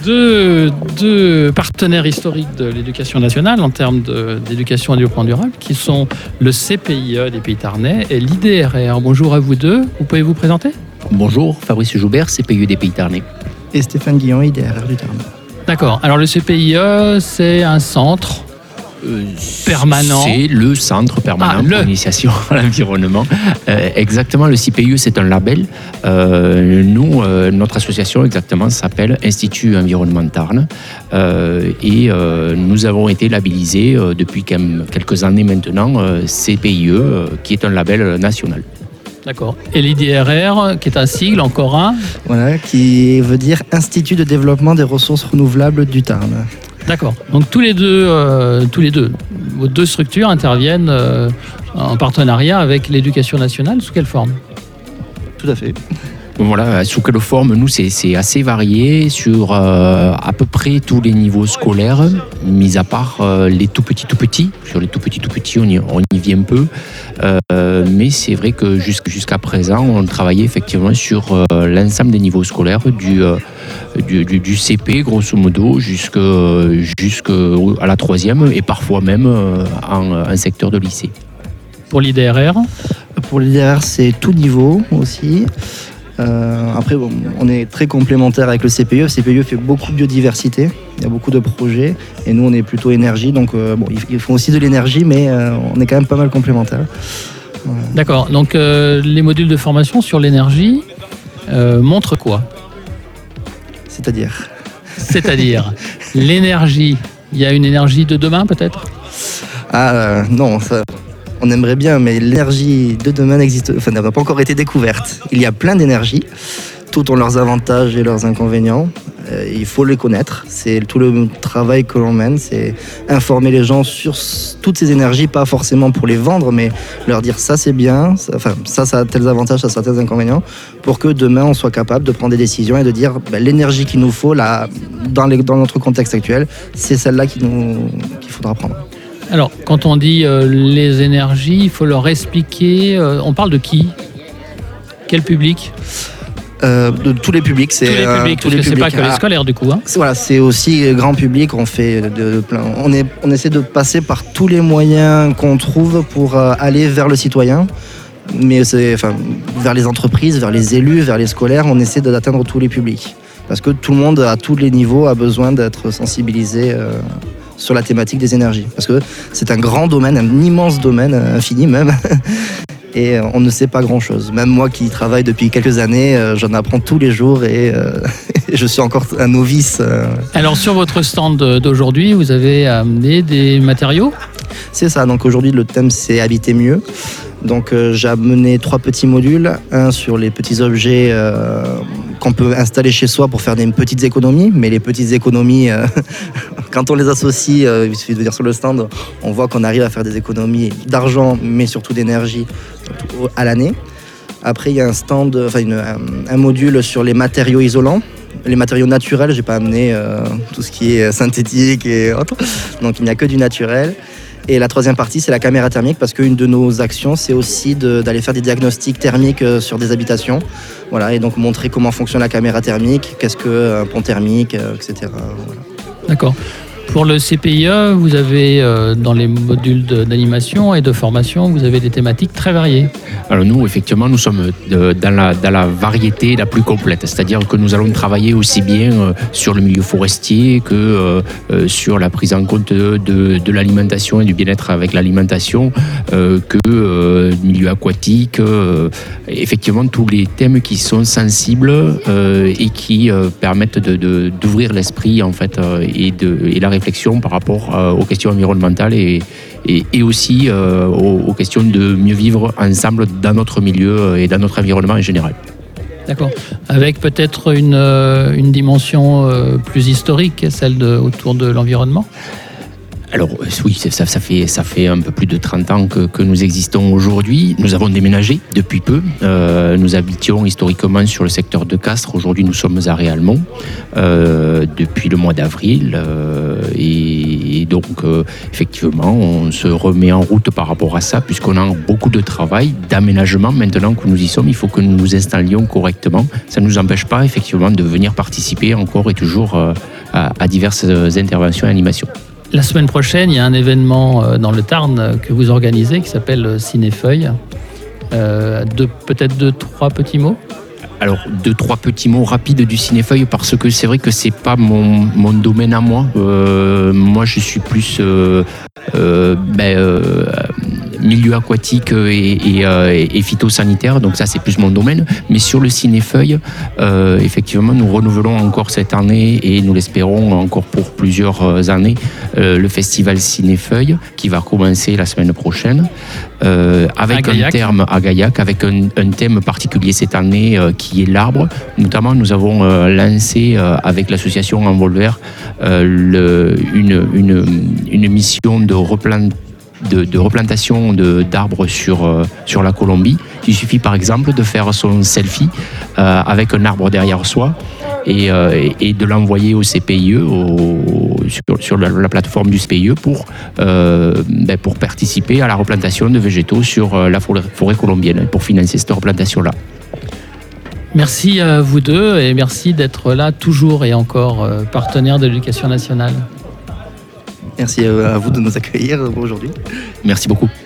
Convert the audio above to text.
Deux partenaires historiques de l'éducation nationale en termes d'éducation et développement durable, qui sont le CPIE des Pays Tarnais et l'IDRR. Bonjour à vous deux, vous pouvez vous présenter ? Bonjour, Fabrice Joubert, CPIE des Pays Tarnais. Et Stéphane Guillon, IDRR du Tarn. D'accord, alors le CPIE, c'est un centre permanent. C'est le centre permanent pour l'initiation à l'environnement. Exactement, le CPIE, c'est un label. Nous, notre association exactement s'appelle Institut Environnement Tarn. Et nous avons été labellisés depuis quelques années maintenant, CPIE, qui est un label national. D'accord. Et l'IDRR, qui est un sigle encore un. Voilà, qui veut dire Institut de développement des ressources renouvelables du Tarn. D'accord. Donc tous les deux, vos deux structures interviennent en partenariat avec l'éducation nationale. Sous quelle forme ? Tout à fait. Voilà, sous quelle forme ? Nous, c'est assez varié sur à peu près tous les niveaux scolaires, mis à part les tout petits. Sur les tout petits, on y vient peu. Mais c'est vrai que jusqu'à présent, on travaillait effectivement sur l'ensemble des niveaux scolaires, du CP, grosso modo, jusqu'à la 3e, et parfois même en secteur de lycée. Pour l'IDRR ? Pour l'IDRR, c'est tout niveau aussi. Après, on est très complémentaires avec le CPIE. Le CPIE fait beaucoup de biodiversité, il y a beaucoup de projets, et nous on est plutôt énergie, donc ils font aussi de l'énergie, mais on est quand même pas mal complémentaires. D'accord, donc les modules de formation sur l'énergie montrent quoi ? C'est-à-dire l'énergie, il y a une énergie de demain peut-être ? Non, ça... On aimerait bien, mais l'énergie de demain n'a pas encore été découverte. Il y a plein d'énergies, toutes ont leurs avantages et leurs inconvénients. Il faut les connaître. C'est tout le travail que l'on mène, c'est informer les gens sur toutes ces énergies, pas forcément pour les vendre, mais leur dire ça c'est bien, ça a tels avantages, ça a tels inconvénients, pour que demain on soit capable de prendre des décisions et de dire l'énergie qu'il nous faut là, dans notre contexte actuel, c'est celle-là qu'il faudra prendre. Alors, quand on dit les énergies, il faut leur expliquer. On parle de qui ? Quel public ? De tous les publics. Tous les publics, parce que c'est pas que les scolaires du coup. Hein. Voilà, c'est aussi grand public. On essaie de passer par tous les moyens qu'on trouve pour aller vers le citoyen. Mais vers les entreprises, vers les élus, vers les scolaires, on essaie d'atteindre tous les publics. Parce que tout le monde, à tous les niveaux, a besoin d'être sensibilisé sur la thématique des énergies. Parce que c'est un grand domaine, un immense domaine, infini même, et on ne sait pas grand-chose. Même moi qui travaille depuis quelques années, j'en apprends tous les jours et je suis encore un novice. Alors sur votre stand d'aujourd'hui, vous avez amené des matériaux ? C'est ça, donc aujourd'hui le thème c'est habiter mieux. Donc j'ai amené 3 petits modules, un sur les petits objets qu'on peut installer chez soi pour faire des petites économies, mais les petites économies, quand on les associe, il suffit de venir sur le stand, on voit qu'on arrive à faire des économies d'argent, mais surtout d'énergie à l'année. Après il y a un module sur les matériaux isolants. Les matériaux naturels, j'ai pas amené tout ce qui est synthétique et autres, donc il n'y a que du naturel. Et la 3e partie, c'est la caméra thermique, parce qu'une de nos actions, c'est aussi d'aller faire des diagnostics thermiques sur des habitations. Voilà, et donc montrer comment fonctionne la caméra thermique, qu'est-ce qu'un pont thermique, etc. Voilà. D'accord. Pour le CPIE, vous avez dans les modules d'animation et de formation, vous avez des thématiques très variées. Alors nous, effectivement, nous sommes dans la variété la plus complète. C'est-à-dire que nous allons travailler aussi bien sur le milieu forestier que sur la prise en compte de l'alimentation et du bien-être avec l'alimentation, que milieu aquatique. Effectivement, tous les thèmes qui sont sensibles et qui permettent d'ouvrir l'esprit en fait et la réflexion par rapport aux questions environnementales et aussi aux questions de mieux vivre ensemble dans notre milieu et dans notre environnement en général. D'accord. Avec peut-être une dimension plus historique, celle autour de l'environnement ? Alors oui, ça fait un peu plus de 30 ans que nous existons aujourd'hui. Nous avons déménagé depuis peu. Nous habitions historiquement sur le secteur de Castres. Aujourd'hui, nous sommes à Réalmont depuis le mois d'avril. Et donc, effectivement, on se remet en route par rapport à ça, puisqu'on a beaucoup de travail, d'aménagement. Maintenant que nous y sommes, il faut que nous nous installions correctement. Ça ne nous empêche pas, effectivement, de venir participer encore et toujours à diverses interventions et animations. La semaine prochaine, il y a un événement dans le Tarn que vous organisez qui s'appelle Cinéfeuille. Peut-être 2-3 petits mots. Alors, 2-3 petits mots rapides du Cinéfeuille, parce que c'est vrai que c'est pas mon domaine à moi. Moi, je suis plus milieu aquatique et phytosanitaire, donc ça c'est plus mon domaine. Mais sur le Cinéfeuille, effectivement, nous renouvelons encore cette année et nous l'espérons encore pour plusieurs années le festival Cinéfeuille qui va commencer la semaine prochaine avec un terme à Gaillac, avec un thème particulier cette année qui est l'arbre. Notamment, nous avons lancé avec l'association Envol Vert une mission de replantation d'arbres sur la Colombie. Il suffit par exemple de faire son selfie avec un arbre derrière soi et de l'envoyer au CPIE, sur la plateforme du CPIE pour participer à la replantation de végétaux sur la forêt colombienne, pour financer cette replantation-là. Merci à vous deux et merci d'être là toujours et encore partenaire de l'Éducation nationale. Merci à vous de nous accueillir aujourd'hui. Merci beaucoup.